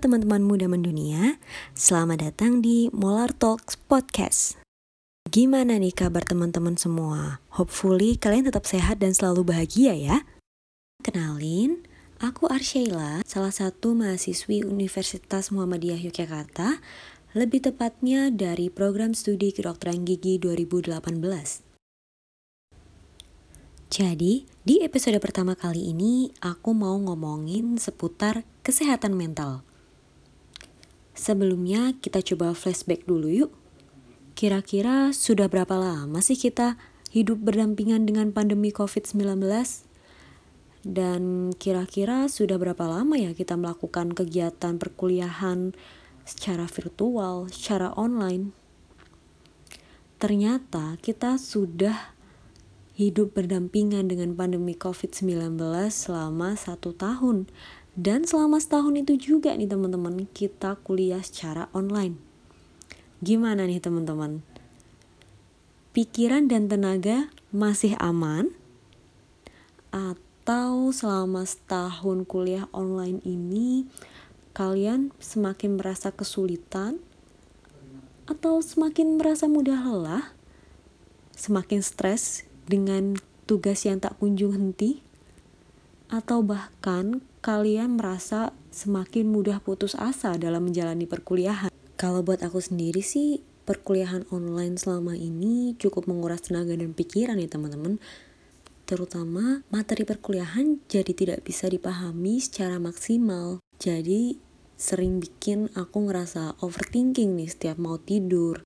teman-teman muda mendunia, selamat datang di Molar Talks Podcast. Gimana nih kabar teman-teman semua? Hopefully kalian tetap sehat dan selalu bahagia ya. Kenalin, aku Arsyaila, salah satu mahasiswi Universitas Muhammadiyah Yogyakarta, lebih tepatnya dari program studi kedokteran gigi 2018. Jadi, di episode pertama kali ini, aku mau ngomongin seputar kesehatan mental. Sebelumnya, kita coba flashback dulu yuk. Kira-kira sudah berapa lama sih kita hidup berdampingan dengan pandemi COVID-19? Dan kira-kira sudah berapa lama ya kita melakukan kegiatan perkuliahan secara virtual, secara online? Ternyata kita sudah hidup berdampingan dengan pandemi COVID-19 selama 1 tahun. Dan selama setahun itu juga nih teman-teman, kita kuliah secara online. Gimana nih teman-teman? Pikiran dan tenaga masih aman? Atau selama setahun kuliah online ini, kalian semakin merasa kesulitan? Atau semakin merasa mudah lelah? Semakin stres dengan tugas yang tak kunjung henti? Atau bahkan kalian merasa semakin mudah putus asa dalam menjalani perkuliahan? Kalau buat aku sendiri sih, perkuliahan online selama ini cukup menguras tenaga dan pikiran ya teman-teman. Terutama materi perkuliahan jadi tidak bisa dipahami secara maksimal. Jadi sering bikin aku ngerasa overthinking nih setiap mau tidur.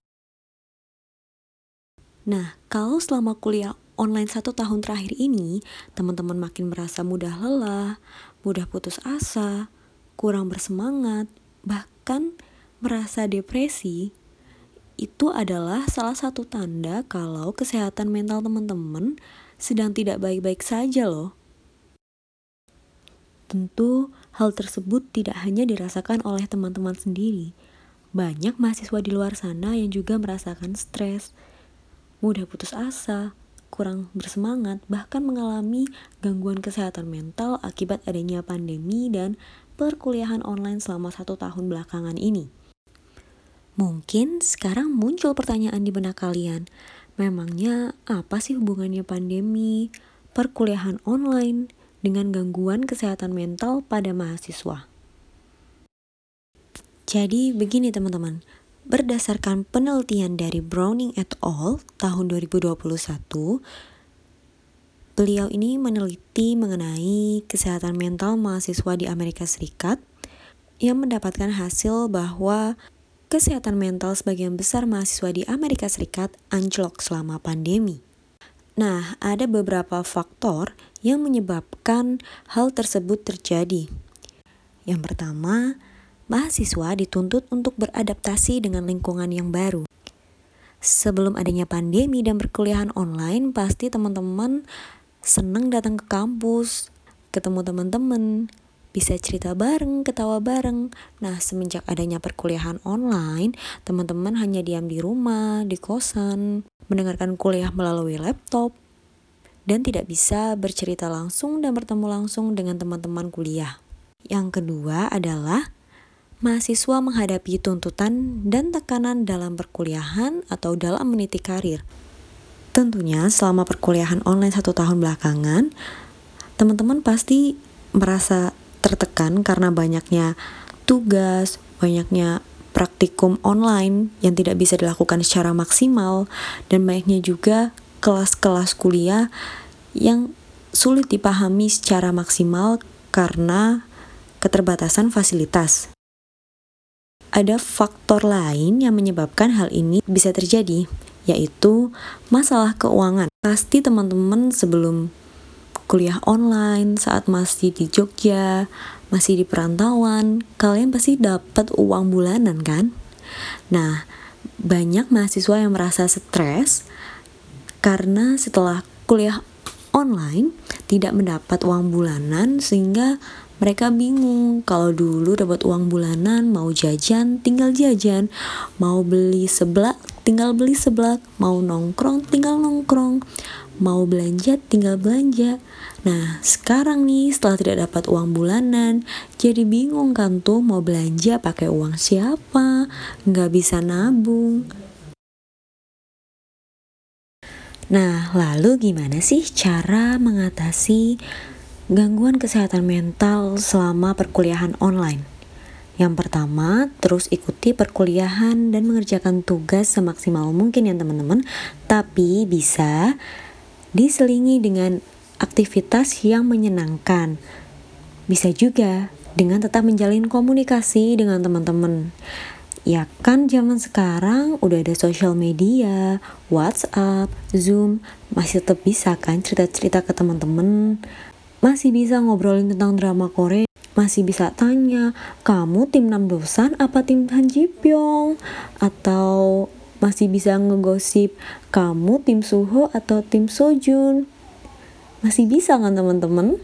Nah, kalau selama kuliah online 1 tahun terakhir ini, teman-teman makin merasa mudah lelah, mudah putus asa, kurang bersemangat, bahkan merasa depresi, itu adalah salah satu tanda kalau kesehatan mental teman-teman sedang tidak baik-baik saja loh. Tentu, hal tersebut tidak hanya dirasakan oleh teman-teman sendiri. Banyak mahasiswa di luar sana yang juga merasakan stres, mudah putus asa, kurang bersemangat, bahkan mengalami gangguan kesehatan mental akibat adanya pandemi dan perkuliahan online selama 1 tahun belakangan ini. Mungkin sekarang muncul pertanyaan di benak kalian, memangnya apa sih hubungannya pandemi, perkuliahan online, dengan gangguan kesehatan mental pada mahasiswa? Jadi begini teman-teman, berdasarkan penelitian dari Browning et al. Tahun 2021, beliau ini meneliti mengenai kesehatan mental mahasiswa di Amerika Serikat yang mendapatkan hasil bahwa kesehatan mental sebagian besar mahasiswa di Amerika Serikat anjlok selama pandemi. Nah, ada beberapa faktor yang menyebabkan hal tersebut terjadi. Yang pertama, mahasiswa dituntut untuk beradaptasi dengan lingkungan yang baru. Sebelum adanya pandemi dan perkuliahan online, pasti teman-teman senang datang ke kampus, ketemu teman-teman, bisa cerita bareng, ketawa bareng. Nah, semenjak adanya perkuliahan online, teman-teman hanya diam di rumah, di kosan, mendengarkan kuliah melalui laptop, dan tidak bisa bercerita langsung dan bertemu langsung dengan teman-teman kuliah. Yang kedua adalah mahasiswa menghadapi tuntutan dan tekanan dalam perkuliahan atau dalam meniti karir. Tentunya selama perkuliahan online 1 tahun belakangan, teman-teman pasti merasa tertekan karena banyaknya tugas, banyaknya praktikum online yang tidak bisa dilakukan secara maksimal, dan banyaknya juga kelas-kelas kuliah yang sulit dipahami secara maksimal karena keterbatasan fasilitas. Ada faktor lain yang menyebabkan hal ini bisa terjadi, yaitu masalah keuangan. Pasti teman-teman sebelum kuliah online, saat masih di Jogja, masih di perantauan, kalian pasti dapat uang bulanan kan? Nah, banyak mahasiswa yang merasa stres karena setelah kuliah online tidak mendapat uang bulanan, sehingga mereka bingung. Kalau dulu dapat uang bulanan, mau jajan tinggal jajan, mau beli seblak tinggal beli seblak, mau nongkrong tinggal nongkrong, mau belanja tinggal belanja. Nah, sekarang nih setelah tidak dapat uang bulanan, jadi bingung kan tuh mau belanja pakai uang siapa, nggak bisa nabung. Nah, lalu gimana sih cara mengatasi gangguan kesehatan mental selama perkuliahan online? Yang pertama, terus ikuti perkuliahan dan mengerjakan tugas semaksimal mungkin ya teman-teman, tapi bisa diselingi dengan aktivitas yang menyenangkan. Bisa juga dengan tetap menjalin komunikasi dengan teman-teman. Ya kan zaman sekarang udah ada sosial media, WhatsApp, Zoom, masih tetap bisa kan cerita-cerita ke teman-teman. Masih bisa ngobrolin tentang drama Korea, masih bisa tanya, kamu tim Namdosan apa tim Han Ji Pyong? Atau masih bisa ngegosip, kamu tim Suho atau tim Sojun? Masih bisa kan teman-teman?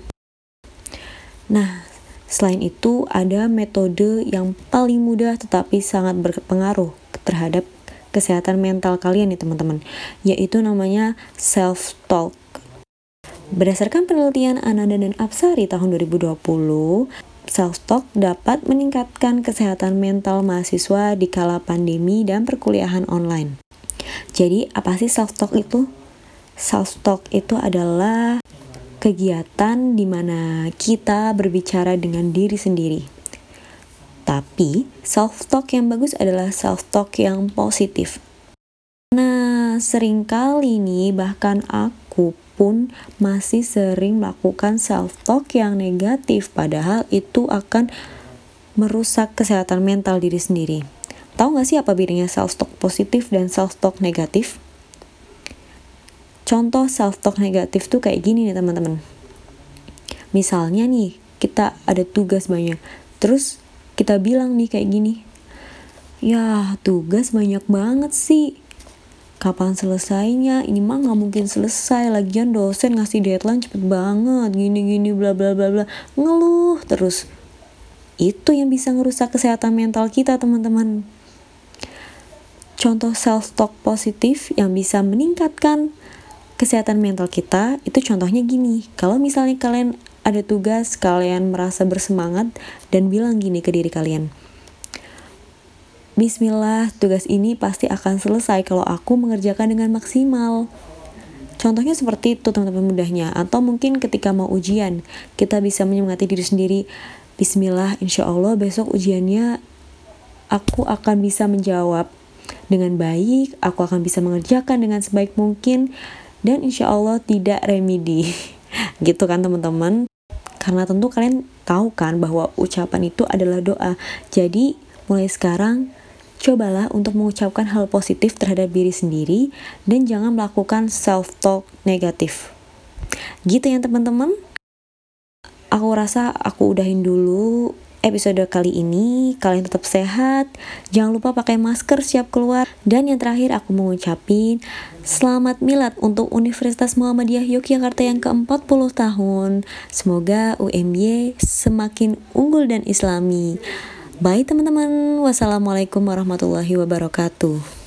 Nah, selain itu ada metode yang paling mudah tetapi sangat berpengaruh terhadap kesehatan mental kalian nih teman-teman, yaitu namanya self-talk. Berdasarkan penelitian Ananda dan Apsari tahun 2020, self-talk dapat meningkatkan kesehatan mental mahasiswa di kala pandemi dan perkuliahan online. Jadi, apa sih self-talk itu? Self-talk itu adalah kegiatan di mana kita berbicara dengan diri sendiri. Tapi, self-talk yang bagus adalah self-talk yang positif. Nah, seringkali nih bahkan aku pun masih sering melakukan self-talk yang negatif, padahal itu akan merusak kesehatan mental diri sendiri. Tahu gak sih apa bedanya self-talk positif dan self-talk negatif? Contoh self-talk negatif tuh kayak gini nih teman-teman. Misalnya nih, kita ada tugas banyak, terus kita bilang nih kayak gini, ya tugas banyak banget sih, kapan selesainya? Ini mah gak mungkin selesai, lagian dosen ngasih deadline cepet banget, gini-gini bla bla bla bla, ngeluh terus. Itu yang bisa ngerusak kesehatan mental kita teman-teman. Contoh self-talk positif yang bisa meningkatkan kesehatan mental kita, itu contohnya gini. Kalau misalnya kalian ada tugas, kalian merasa bersemangat dan bilang gini ke diri kalian, Bismillah, tugas ini pasti akan selesai kalau aku mengerjakan dengan maksimal. Contohnya seperti itu teman-teman mudahnya. Atau mungkin ketika mau ujian, kita bisa menyemangati diri sendiri, Bismillah, insya Allah besok ujiannya aku akan bisa menjawab dengan baik, aku akan bisa mengerjakan dengan sebaik mungkin, dan insya Allah tidak remedi. Gitu kan teman-teman. Karena tentu kalian tahu kan bahwa ucapan itu adalah doa. Jadi mulai sekarang cobalah untuk mengucapkan hal positif terhadap diri sendiri dan jangan melakukan self-talk negatif. Gitu ya teman-teman. Aku rasa aku udahin dulu episode kali ini. Kalian tetap sehat, jangan lupa pakai masker siap keluar. Dan yang terakhir aku mengucapin selamat milad untuk Universitas Muhammadiyah Yogyakarta yang ke-40 tahun. Semoga UMY semakin unggul dan islami. Bye teman-teman, wassalamualaikum warahmatullahi wabarakatuh.